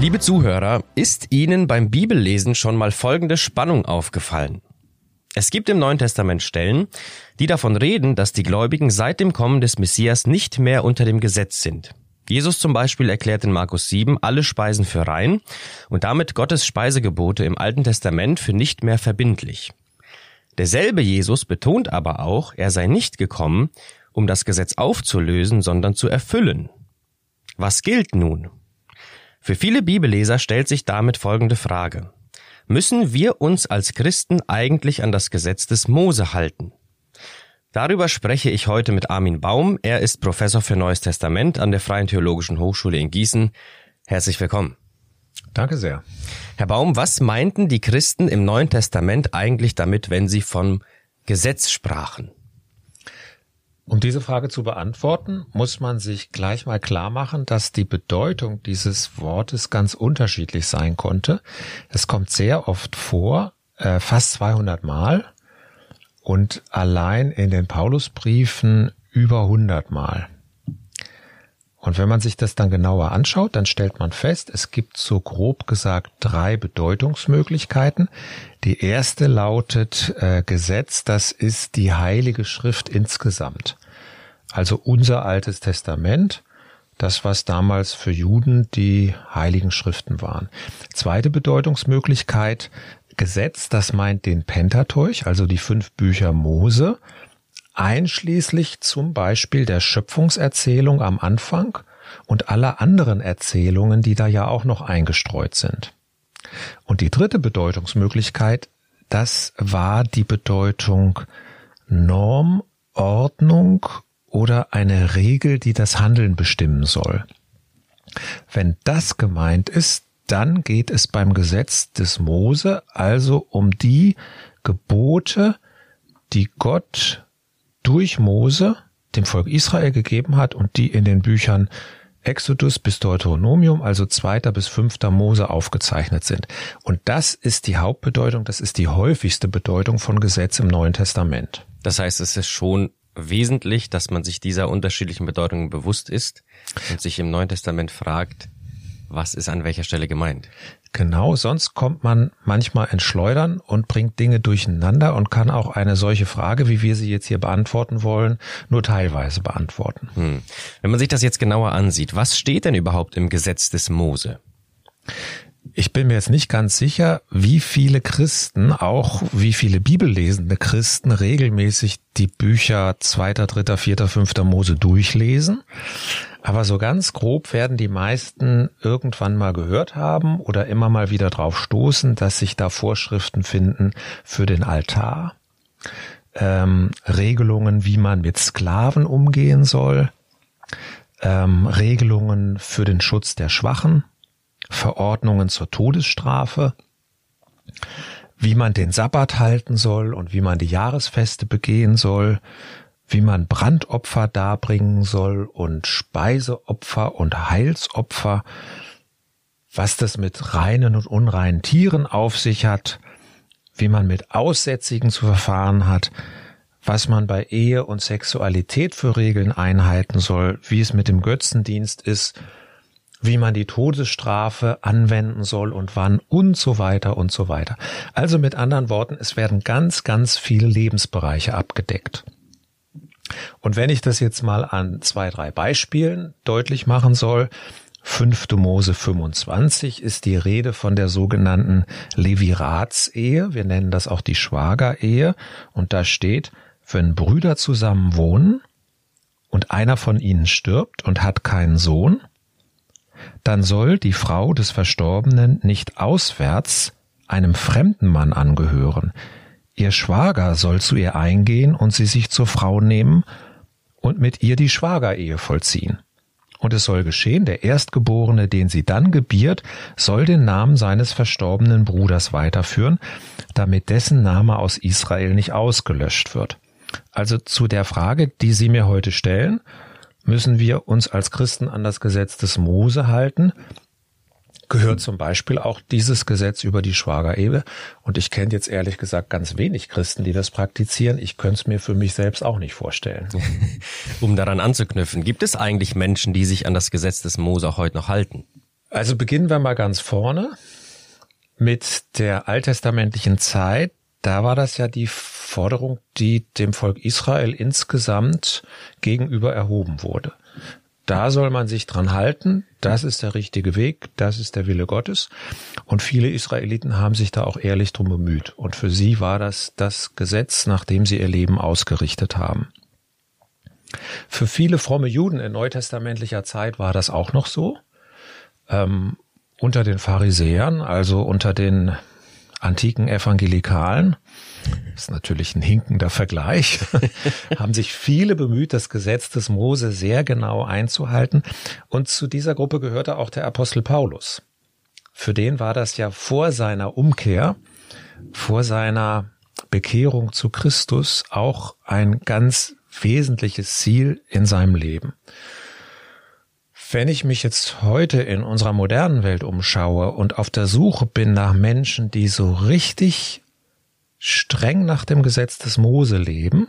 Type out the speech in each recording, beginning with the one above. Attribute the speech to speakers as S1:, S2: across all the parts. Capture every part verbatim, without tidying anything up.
S1: Liebe Zuhörer, ist Ihnen beim Bibellesen schon mal folgende Spannung aufgefallen? Es gibt im Neuen Testament Stellen, die davon reden, dass die Gläubigen seit dem Kommen des Messias nicht mehr unter dem Gesetz sind. Jesus zum Beispiel erklärt in Markus sieben alle Speisen für rein und damit Gottes Speisegebote im Alten Testament für nicht mehr verbindlich. Derselbe Jesus betont aber auch, er sei nicht gekommen, um das Gesetz aufzulösen, sondern zu erfüllen. Was gilt nun? Für viele Bibelleser stellt sich damit folgende Frage. Müssen wir uns als Christen eigentlich an das Gesetz des Mose halten? Darüber spreche ich heute mit Armin Baum. Er ist Professor für Neues Testament an der Freien Theologischen Hochschule in Gießen. Herzlich willkommen.
S2: Danke sehr.
S1: Herr Baum, was meinten die Christen im Neuen Testament eigentlich damit, wenn sie vom Gesetz sprachen?
S2: Um diese Frage zu beantworten, muss man sich gleich mal klar machen, dass die Bedeutung dieses Wortes ganz unterschiedlich sein konnte. Es kommt sehr oft vor, äh, fast zweihundert Mal und allein in den Paulusbriefen über hundert Mal. Und wenn man sich das dann genauer anschaut, dann stellt man fest, es gibt so grob gesagt drei Bedeutungsmöglichkeiten. Die erste lautet äh, Gesetz, das ist die Heilige Schrift insgesamt. Also unser Altes Testament, das was damals für Juden die Heiligen Schriften waren. Zweite Bedeutungsmöglichkeit, Gesetz, das meint den Pentateuch, also die fünf Bücher Mose, einschließlich zum Beispiel der Schöpfungserzählung am Anfang und aller anderen Erzählungen, die da ja auch noch eingestreut sind. Und die dritte Bedeutungsmöglichkeit, das war die Bedeutung Norm, Ordnung oder eine Regel, die das Handeln bestimmen soll. Wenn das gemeint ist, dann geht es beim Gesetz des Mose also um die Gebote, die Gott durch Mose dem Volk Israel gegeben hat und die in den Büchern Exodus bis Deuteronomium, also zweiter bis fünfter Mose aufgezeichnet sind. Und das ist die Hauptbedeutung, das ist die häufigste Bedeutung von Gesetz im Neuen Testament.
S1: Das heißt, es ist schon wesentlich, dass man sich dieser unterschiedlichen Bedeutungen bewusst ist und sich im Neuen Testament fragt, was ist an welcher Stelle gemeint?
S2: Genau, sonst kommt man manchmal ins Schleudern und bringt Dinge durcheinander und kann auch eine solche Frage, wie wir sie jetzt hier beantworten wollen, nur teilweise beantworten.
S1: Hm. Wenn man sich das jetzt genauer ansieht, was steht denn überhaupt im Gesetz des Mose?
S2: Ich bin mir jetzt nicht ganz sicher, wie viele Christen, auch wie viele bibellesende Christen regelmäßig die Bücher zweiter, dritter, vierter, fünfter Mose durchlesen. Aber so ganz grob werden die meisten irgendwann mal gehört haben oder immer mal wieder drauf stoßen, dass sich da Vorschriften finden für den Altar, ähm, Regelungen, wie man mit Sklaven umgehen soll, ähm, Regelungen für den Schutz der Schwachen, Verordnungen zur Todesstrafe, wie man den Sabbat halten soll und wie man die Jahresfeste begehen soll, wie man Brandopfer darbringen soll und Speiseopfer und Heilsopfer, was das mit reinen und unreinen Tieren auf sich hat, wie man mit Aussätzigen zu verfahren hat, was man bei Ehe und Sexualität für Regeln einhalten soll, wie es mit dem Götzendienst ist, wie man die Todesstrafe anwenden soll und wann und so weiter und so weiter. Also mit anderen Worten, es werden ganz, ganz viele Lebensbereiche abgedeckt. Und wenn ich das jetzt mal an zwei, drei Beispielen deutlich machen soll, fünfter Mose fünfundzwanzig ist die Rede von der sogenannten Leviratsehe, wir nennen das auch die Schwagerehe, und da steht, wenn Brüder zusammen wohnen und einer von ihnen stirbt und hat keinen Sohn, dann soll die Frau des Verstorbenen nicht auswärts einem fremden Mann angehören. Ihr Schwager soll zu ihr eingehen und sie sich zur Frau nehmen und mit ihr die Schwagerehe vollziehen. Und es soll geschehen, der Erstgeborene, den sie dann gebiert, soll den Namen seines verstorbenen Bruders weiterführen, damit dessen Name aus Israel nicht ausgelöscht wird. Also zu der Frage, die Sie mir heute stellen, müssen wir uns als Christen an das Gesetz des Mose halten, gehört zum Beispiel auch dieses Gesetz über die Schwagerehe. Und ich kenne jetzt ehrlich gesagt ganz wenig Christen, die das praktizieren. Ich könnte es mir für mich selbst auch nicht vorstellen.
S1: Um daran anzuknüpfen, gibt es eigentlich Menschen, die sich an das Gesetz des Mose auch heute noch halten?
S2: Also beginnen wir mal ganz vorne mit der alttestamentlichen Zeit. Da war das ja die Forderung, die dem Volk Israel insgesamt gegenüber erhoben wurde. Da soll man sich dran halten, das ist der richtige Weg, das ist der Wille Gottes. Und viele Israeliten haben sich da auch ehrlich drum bemüht. Und für sie war das das Gesetz, nach dem sie ihr Leben ausgerichtet haben. Für viele fromme Juden in neutestamentlicher Zeit war das auch noch so. Ähm, unter den Pharisäern, also unter den antiken Evangelikalen, das ist natürlich ein hinkender Vergleich, haben sich viele bemüht, das Gesetz des Mose sehr genau einzuhalten. Und zu dieser Gruppe gehörte auch der Apostel Paulus. Für den war das ja vor seiner Umkehr, vor seiner Bekehrung zu Christus auch ein ganz wesentliches Ziel in seinem Leben. Wenn ich mich jetzt heute in unserer modernen Welt umschaue und auf der Suche bin nach Menschen, die so richtig streng nach dem Gesetz des Mose leben,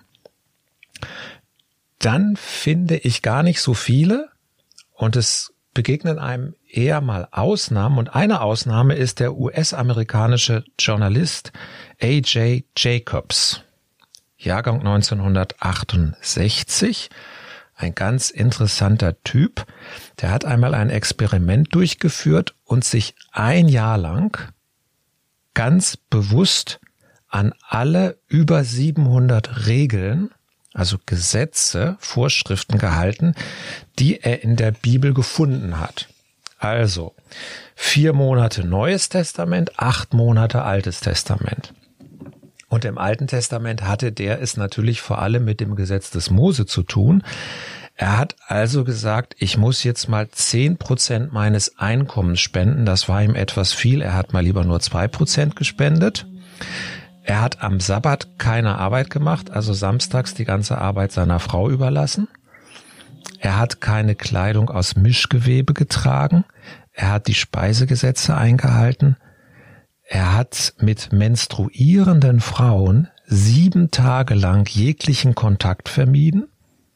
S2: dann finde ich gar nicht so viele und es begegnen einem eher mal Ausnahmen. Und eine Ausnahme ist der U S-amerikanische Journalist A J Jacobs, Jahrgang neunzehnhundertachtundsechzig. Ein ganz interessanter Typ, der hat einmal ein Experiment durchgeführt und sich ein Jahr lang ganz bewusst an alle über siebenhundert Regeln, also Gesetze, Vorschriften gehalten, die er in der Bibel gefunden hat. Also vier Monate Neues Testament, acht Monate Altes Testament. Und im Alten Testament hatte der es natürlich vor allem mit dem Gesetz des Mose zu tun. Er hat also gesagt, ich muss jetzt mal zehn Prozent meines Einkommens spenden. Das war ihm etwas viel. Er hat mal lieber nur zwei Prozent gespendet. Er hat am Sabbat keine Arbeit gemacht, also samstags die ganze Arbeit seiner Frau überlassen. Er hat keine Kleidung aus Mischgewebe getragen. Er hat die Speisegesetze eingehalten. Er hat mit menstruierenden Frauen sieben Tage lang jeglichen Kontakt vermieden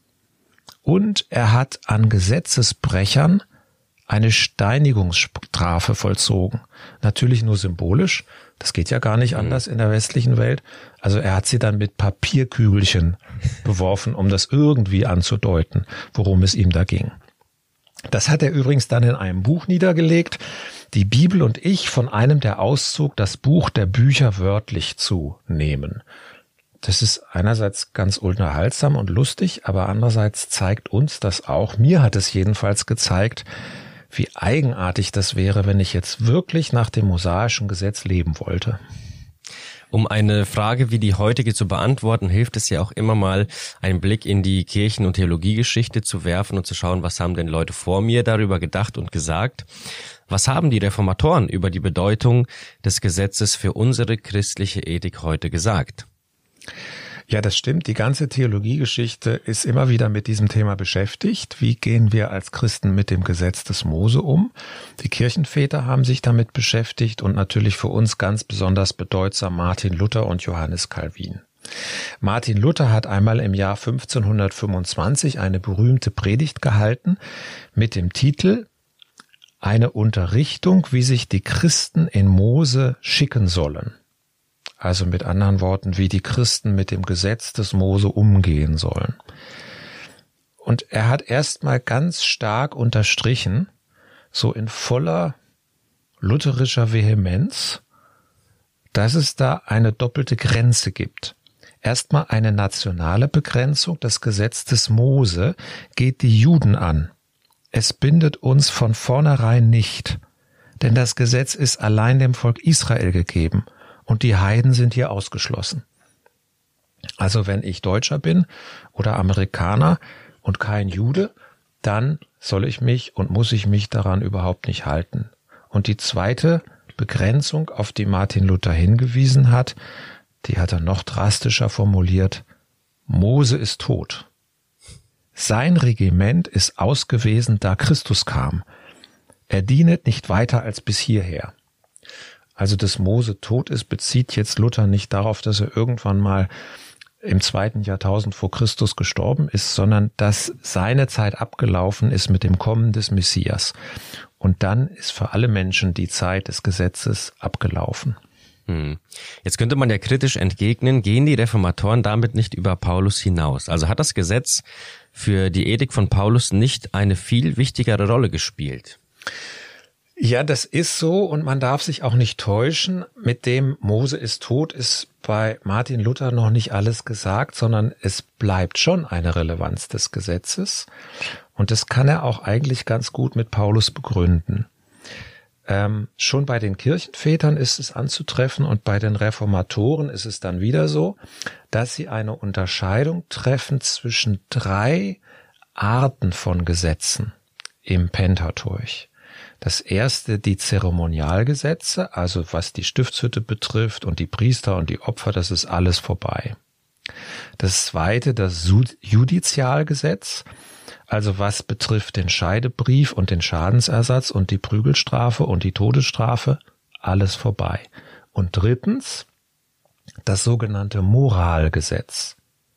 S2: und er hat an Gesetzesbrechern eine Steinigungsstrafe vollzogen. Natürlich nur symbolisch, das geht ja gar nicht anders in der westlichen Welt. Also er hat sie dann mit Papierkügelchen beworfen, um das irgendwie anzudeuten, worum es ihm da ging. Das hat er übrigens dann in einem Buch niedergelegt, Die Bibel und ich, von einem, der auszog, das Buch der Bücher wörtlich zu nehmen. Das ist einerseits ganz unterhaltsam und lustig, aber andererseits zeigt uns das auch, mir hat es jedenfalls gezeigt, wie eigenartig das wäre, wenn ich jetzt wirklich nach dem mosaischen Gesetz leben wollte.
S1: Um eine Frage wie die heutige zu beantworten, hilft es ja auch immer mal, einen Blick in die Kirchen- und Theologiegeschichte zu werfen und zu schauen, was haben denn Leute vor mir darüber gedacht und gesagt. Was haben die Reformatoren über die Bedeutung des Gesetzes für unsere christliche Ethik heute gesagt?
S2: Ja, das stimmt. Die ganze Theologiegeschichte ist immer wieder mit diesem Thema beschäftigt. Wie gehen wir als Christen mit dem Gesetz des Mose um? Die Kirchenväter haben sich damit beschäftigt und natürlich für uns ganz besonders bedeutsam Martin Luther und Johannes Calvin. Martin Luther hat einmal im Jahr fünfzehnhundertfünfundzwanzig eine berühmte Predigt gehalten mit dem Titel Eine Unterrichtung, wie sich die Christen in Mose schicken sollen. Also mit anderen Worten, wie die Christen mit dem Gesetz des Mose umgehen sollen. Und er hat erstmal ganz stark unterstrichen, so in voller lutherischer Vehemenz, dass es da eine doppelte Grenze gibt. Erstmal eine nationale Begrenzung. Das Gesetz des Mose geht die Juden an. Es bindet uns von vornherein nicht, denn das Gesetz ist allein dem Volk Israel gegeben. Und die Heiden sind hier ausgeschlossen. Also wenn ich Deutscher bin oder Amerikaner und kein Jude, dann soll ich mich und muss ich mich daran überhaupt nicht halten. Und die zweite Begrenzung, auf die Martin Luther hingewiesen hat, die hat er noch drastischer formuliert. Mose ist tot. Sein Regiment ist ausgewesen, da Christus kam. Er dienet nicht weiter als bis hierher. Also, dass Mose tot ist, bezieht jetzt Luther nicht darauf, dass er irgendwann mal im zweiten Jahrtausend vor Christus gestorben ist, sondern dass seine Zeit abgelaufen ist mit dem Kommen des Messias. Und dann ist für alle Menschen die Zeit des Gesetzes abgelaufen.
S1: Hm. Jetzt könnte man ja kritisch entgegnen, gehen die Reformatoren damit nicht über Paulus hinaus? Also hat das Gesetz für die Ethik von Paulus nicht eine viel wichtigere Rolle gespielt?
S2: Ja, das ist so und man darf sich auch nicht täuschen. Mit dem Mose ist tot ist bei Martin Luther noch nicht alles gesagt, sondern es bleibt schon eine Relevanz des Gesetzes. Und das kann er auch eigentlich ganz gut mit Paulus begründen. Ähm, schon bei den Kirchenvätern ist es anzutreffen und bei den Reformatoren ist es dann wieder so, dass sie eine Unterscheidung treffen zwischen drei Arten von Gesetzen im Pentateuch. Das erste, die Zeremonialgesetze, also was die Stiftshütte betrifft und die Priester und die Opfer, das ist alles vorbei. Das zweite, das Judizialgesetz, also was betrifft den Scheidebrief und den Schadensersatz und die Prügelstrafe und die Todesstrafe, alles vorbei. Und drittens, das sogenannte Moralgesetz.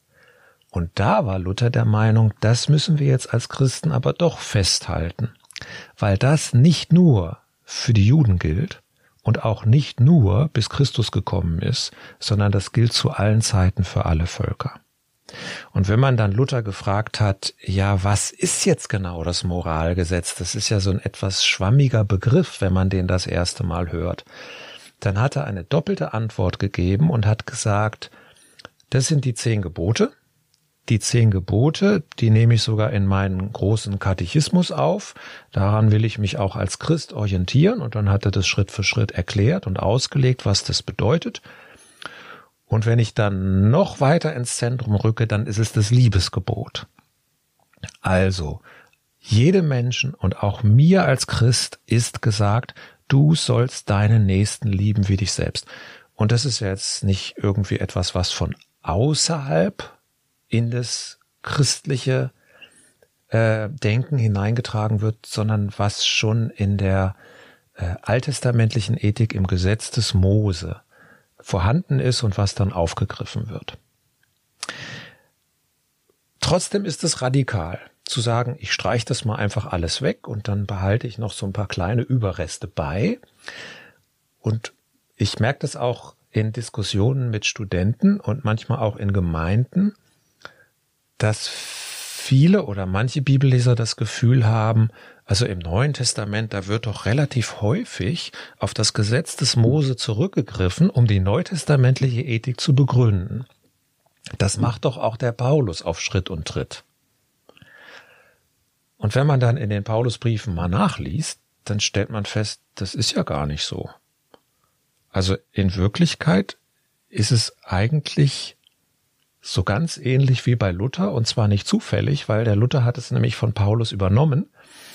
S2: Und da war Luther der Meinung, das müssen wir jetzt als Christen aber doch festhalten. Weil das nicht nur für die Juden gilt und auch nicht nur bis Christus gekommen ist, sondern das gilt zu allen Zeiten für alle Völker. Und wenn man dann Luther gefragt hat, ja, was ist jetzt genau das Moralgesetz? Das ist ja so ein etwas schwammiger Begriff, wenn man den das erste Mal hört. Dann hat er eine doppelte Antwort gegeben und hat gesagt, das sind die zehn Gebote. Die zehn Gebote, die nehme ich sogar in meinen großen Katechismus auf. Daran will ich mich auch als Christ orientieren. Und dann hat er das Schritt für Schritt erklärt und ausgelegt, was das bedeutet. Und wenn ich dann noch weiter ins Zentrum rücke, dann ist es das Liebesgebot. Also, jedem Menschen und auch mir als Christ ist gesagt, du sollst deinen Nächsten lieben wie dich selbst. Und das ist jetzt nicht irgendwie etwas, was von außerhalb in das christliche äh, Denken hineingetragen wird, sondern was schon in der äh, alttestamentlichen Ethik im Gesetz des Mose vorhanden ist und was dann aufgegriffen wird. Trotzdem ist es radikal, zu sagen, ich streiche das mal einfach alles weg und dann behalte ich noch so ein paar kleine Überreste bei. Und ich merke das auch in Diskussionen mit Studenten und manchmal auch in Gemeinden, dass viele oder manche Bibelleser das Gefühl haben, also im Neuen Testament, da wird doch relativ häufig auf das Gesetz des Mose zurückgegriffen, um die neutestamentliche Ethik zu begründen. Das macht doch auch der Paulus auf Schritt und Tritt. Und wenn man dann in den Paulusbriefen mal nachliest, dann stellt man fest, das ist ja gar nicht so. Also in Wirklichkeit ist es eigentlich so ganz ähnlich wie bei Luther, und zwar nicht zufällig, weil der Luther hat es nämlich von Paulus übernommen.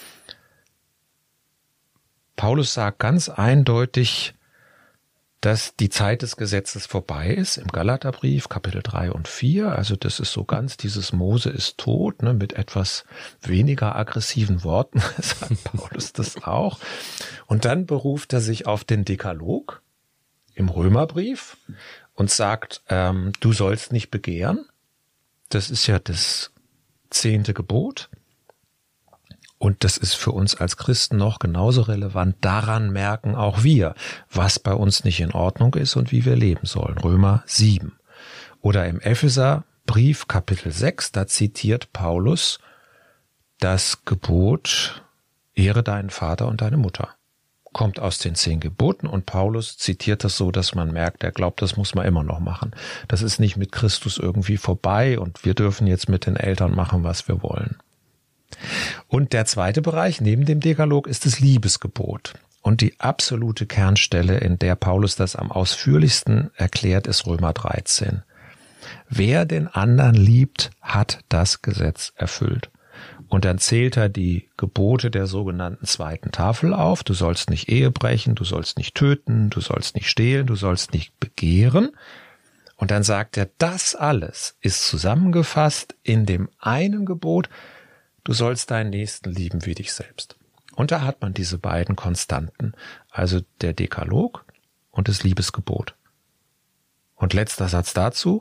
S2: Paulus sagt ganz eindeutig, dass die Zeit des Gesetzes vorbei ist, im Galaterbrief, Kapitel drei und vier. Also das ist so ganz dieses Mose ist tot, ne, mit etwas weniger aggressiven Worten, sagt Paulus das auch. Und dann beruft er sich auf den Dekalog im Römerbrief und sagt, ähm, du sollst nicht begehren. Das ist ja das zehnte Gebot. Und das ist für uns als Christen noch genauso relevant. Daran merken auch wir, was bei uns nicht in Ordnung ist und wie wir leben sollen. Römer sieben. Oder im Epheserbrief Kapitel sechs, da zitiert Paulus das Gebot, ehre deinen Vater und deine Mutter. Kommt aus den zehn Geboten und Paulus zitiert das so, dass man merkt, er glaubt, das muss man immer noch machen. Das ist nicht mit Christus irgendwie vorbei und wir dürfen jetzt mit den Eltern machen, was wir wollen. Und der zweite Bereich neben dem Dekalog ist das Liebesgebot. Und die absolute Kernstelle, in der Paulus das am ausführlichsten erklärt, ist Römer dreizehn. Wer den anderen liebt, hat das Gesetz erfüllt. Und dann zählt er die Gebote der sogenannten zweiten Tafel auf. Du sollst nicht Ehe brechen, du sollst nicht töten, du sollst nicht stehlen, du sollst nicht begehren. Und dann sagt er, das alles ist zusammengefasst in dem einen Gebot, du sollst deinen Nächsten lieben wie dich selbst. Und da hat man diese beiden Konstanten, also der Dekalog und das Liebesgebot. Und letzter Satz dazu.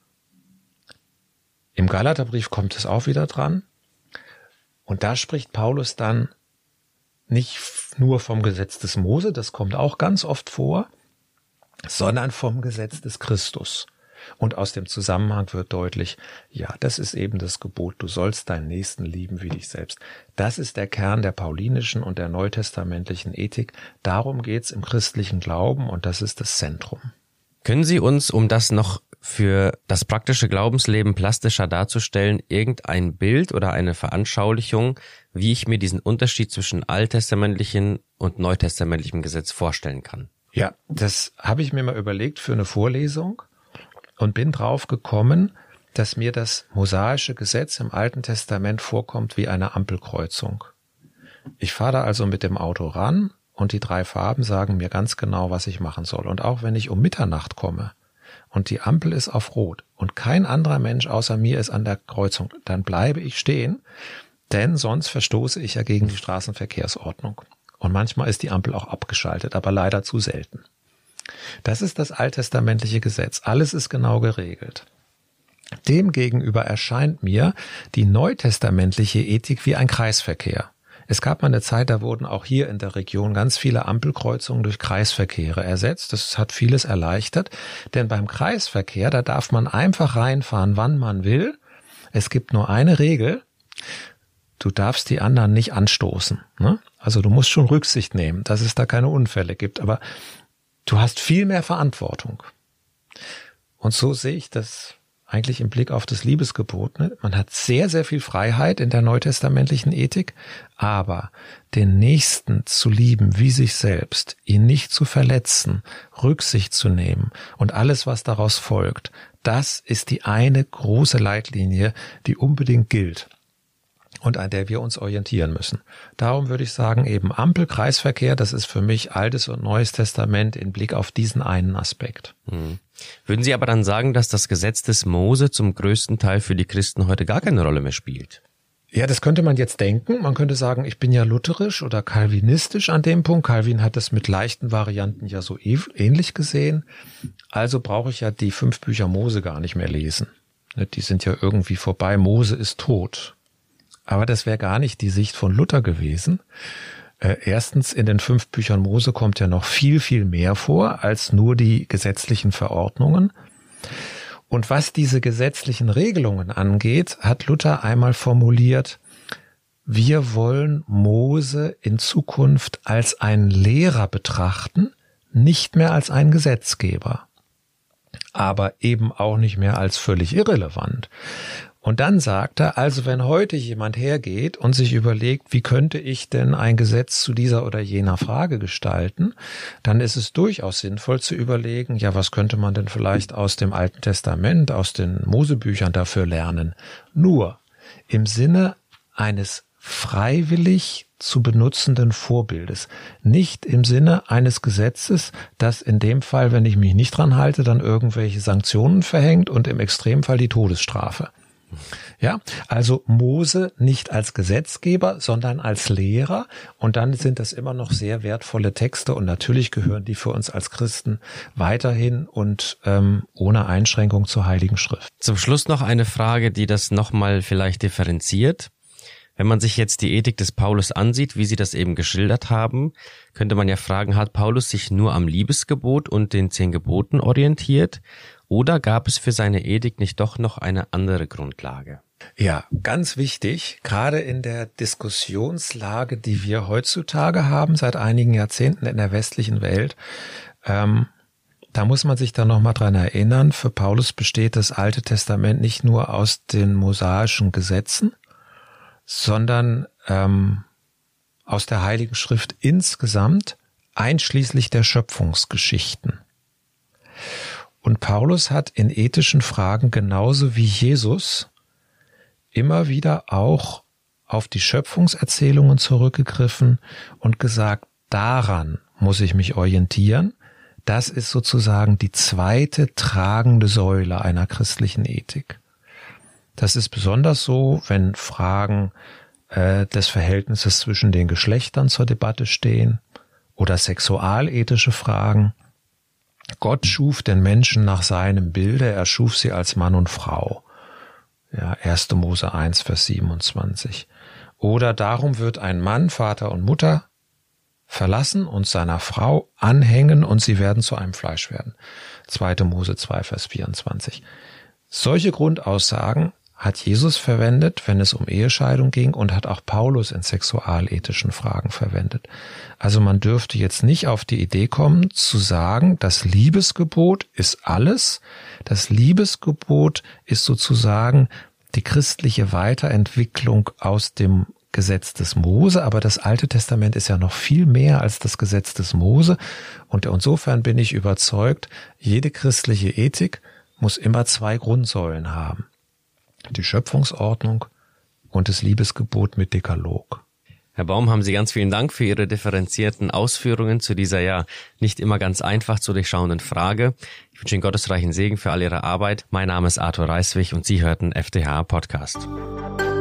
S2: Im Galaterbrief kommt es auch wieder dran. Und da spricht Paulus dann nicht nur vom Gesetz des Mose, das kommt auch ganz oft vor, sondern vom Gesetz des Christus. Und aus dem Zusammenhang wird deutlich, ja, das ist eben das Gebot, du sollst deinen Nächsten lieben wie dich selbst. Das ist der Kern der paulinischen und der neutestamentlichen Ethik. Darum geht's im christlichen Glauben und das ist das Zentrum.
S1: Können Sie uns, um das noch für das praktische Glaubensleben plastischer darzustellen, irgendein Bild oder eine Veranschaulichung, wie ich mir diesen Unterschied zwischen alttestamentlichen und neutestamentlichem Gesetz vorstellen kann?
S2: Ja, das habe ich mir mal überlegt für eine Vorlesung. Und bin drauf gekommen, dass mir das mosaische Gesetz im Alten Testament vorkommt wie eine Ampelkreuzung. Ich fahre da also mit dem Auto ran und die drei Farben sagen mir ganz genau, was ich machen soll. Und auch wenn ich um Mitternacht komme und die Ampel ist auf Rot und kein anderer Mensch außer mir ist an der Kreuzung, dann bleibe ich stehen, denn sonst verstoße ich ja gegen die Straßenverkehrsordnung. Und manchmal ist die Ampel auch abgeschaltet, aber leider zu selten. Das ist das alttestamentliche Gesetz. Alles ist genau geregelt. Demgegenüber erscheint mir die neutestamentliche Ethik wie ein Kreisverkehr. Es gab mal eine Zeit, da wurden auch hier in der Region ganz viele Ampelkreuzungen durch Kreisverkehre ersetzt. Das hat vieles erleichtert, denn beim Kreisverkehr, da darf man einfach reinfahren, wann man will. Es gibt nur eine Regel. Du darfst die anderen nicht anstoßen, ne? Also du musst schon Rücksicht nehmen, dass es da keine Unfälle gibt, aber du hast viel mehr Verantwortung. Und so sehe ich das eigentlich im Blick auf das Liebesgebot. Ne? Man hat sehr, sehr viel Freiheit in der neutestamentlichen Ethik, aber den Nächsten zu lieben wie sich selbst, ihn nicht zu verletzen, Rücksicht zu nehmen und alles, was daraus folgt, das ist die eine große Leitlinie, die unbedingt gilt und an der wir uns orientieren müssen. Darum würde ich sagen, eben Ampel, Kreisverkehr, das ist für mich Altes und Neues Testament im Blick auf diesen einen Aspekt.
S1: Hm. Würden Sie aber dann sagen, dass das Gesetz des Mose zum größten Teil für die Christen heute gar keine Rolle mehr spielt?
S2: Ja, das könnte man jetzt denken. Man könnte sagen, ich bin ja lutherisch oder calvinistisch an dem Punkt. Calvin hat das mit leichten Varianten ja so ähnlich gesehen. Also brauche ich ja die fünf Bücher Mose gar nicht mehr lesen. Die sind ja irgendwie vorbei. Mose ist tot. Aber das wäre gar nicht die Sicht von Luther gewesen. Äh, erstens, in den fünf Büchern Mose kommt ja noch viel, viel mehr vor als nur die gesetzlichen Verordnungen. Und was diese gesetzlichen Regelungen angeht, hat Luther einmal formuliert, wir wollen Mose in Zukunft als einen Lehrer betrachten, nicht mehr als einen Gesetzgeber, aber eben auch nicht mehr als völlig irrelevant. Und dann sagt er, also wenn heute jemand hergeht und sich überlegt, wie könnte ich denn ein Gesetz zu dieser oder jener Frage gestalten, dann ist es durchaus sinnvoll zu überlegen, ja, was könnte man denn vielleicht aus dem Alten Testament, aus den Mosebüchern dafür lernen? Nur im Sinne eines freiwillig zu benutzenden Vorbildes, nicht im Sinne eines Gesetzes, das in dem Fall, wenn ich mich nicht dran halte, dann irgendwelche Sanktionen verhängt und im Extremfall die Todesstrafe. Ja, also Mose nicht als Gesetzgeber, sondern als Lehrer, und dann sind das immer noch sehr wertvolle Texte und natürlich gehören die für uns als Christen weiterhin und ähm, ohne Einschränkung zur Heiligen Schrift.
S1: Zum Schluss noch eine Frage, die das nochmal vielleicht differenziert. Wenn man sich jetzt die Ethik des Paulus ansieht, wie Sie das eben geschildert haben, könnte man ja fragen, hat Paulus sich nur am Liebesgebot und den zehn Geboten orientiert? Oder gab es für seine Ethik nicht doch noch eine andere Grundlage?
S2: Ja, ganz wichtig, gerade in der Diskussionslage, die wir heutzutage haben, seit einigen Jahrzehnten in der westlichen Welt, ähm, da muss man sich dann nochmal dran erinnern, für Paulus besteht das Alte Testament nicht nur aus den mosaischen Gesetzen, sondern ähm, aus der Heiligen Schrift insgesamt, einschließlich der Schöpfungsgeschichten. Und Paulus hat in ethischen Fragen genauso wie Jesus immer wieder auch auf die Schöpfungserzählungen zurückgegriffen und gesagt, daran muss ich mich orientieren. Das ist sozusagen die zweite tragende Säule einer christlichen Ethik. Das ist besonders so, wenn Fragen äh, des Verhältnisses zwischen den Geschlechtern zur Debatte stehen oder sexualethische Fragen. Gott schuf den Menschen nach seinem Bilde, er schuf sie als Mann und Frau. Ja, erster Mose eins, Vers siebenundzwanzig. Oder darum wird ein Mann Vater und Mutter verlassen und seiner Frau anhängen und sie werden zu einem Fleisch werden. zweite Mose zwei, Vers vierundzwanzig. Solche Grundaussagen hat Jesus verwendet, wenn es um Ehescheidung ging, und hat auch Paulus in sexualethischen Fragen verwendet. Also man dürfte jetzt nicht auf die Idee kommen, zu sagen, das Liebesgebot ist alles. Das Liebesgebot ist sozusagen die christliche Weiterentwicklung aus dem Gesetz des Mose, aber das Alte Testament ist ja noch viel mehr als das Gesetz des Mose, und insofern bin ich überzeugt, jede christliche Ethik muss immer zwei Grundsäulen haben: die Schöpfungsordnung und das Liebesgebot mit Dekalog.
S1: Herr Baum, haben Sie ganz vielen Dank für Ihre differenzierten Ausführungen zu dieser ja nicht immer ganz einfach zu durchschauenden Frage. Ich wünsche Ihnen gottesreichen Segen für all Ihre Arbeit. Mein Name ist Arthur Reiswig und Sie hörten F T H Podcast.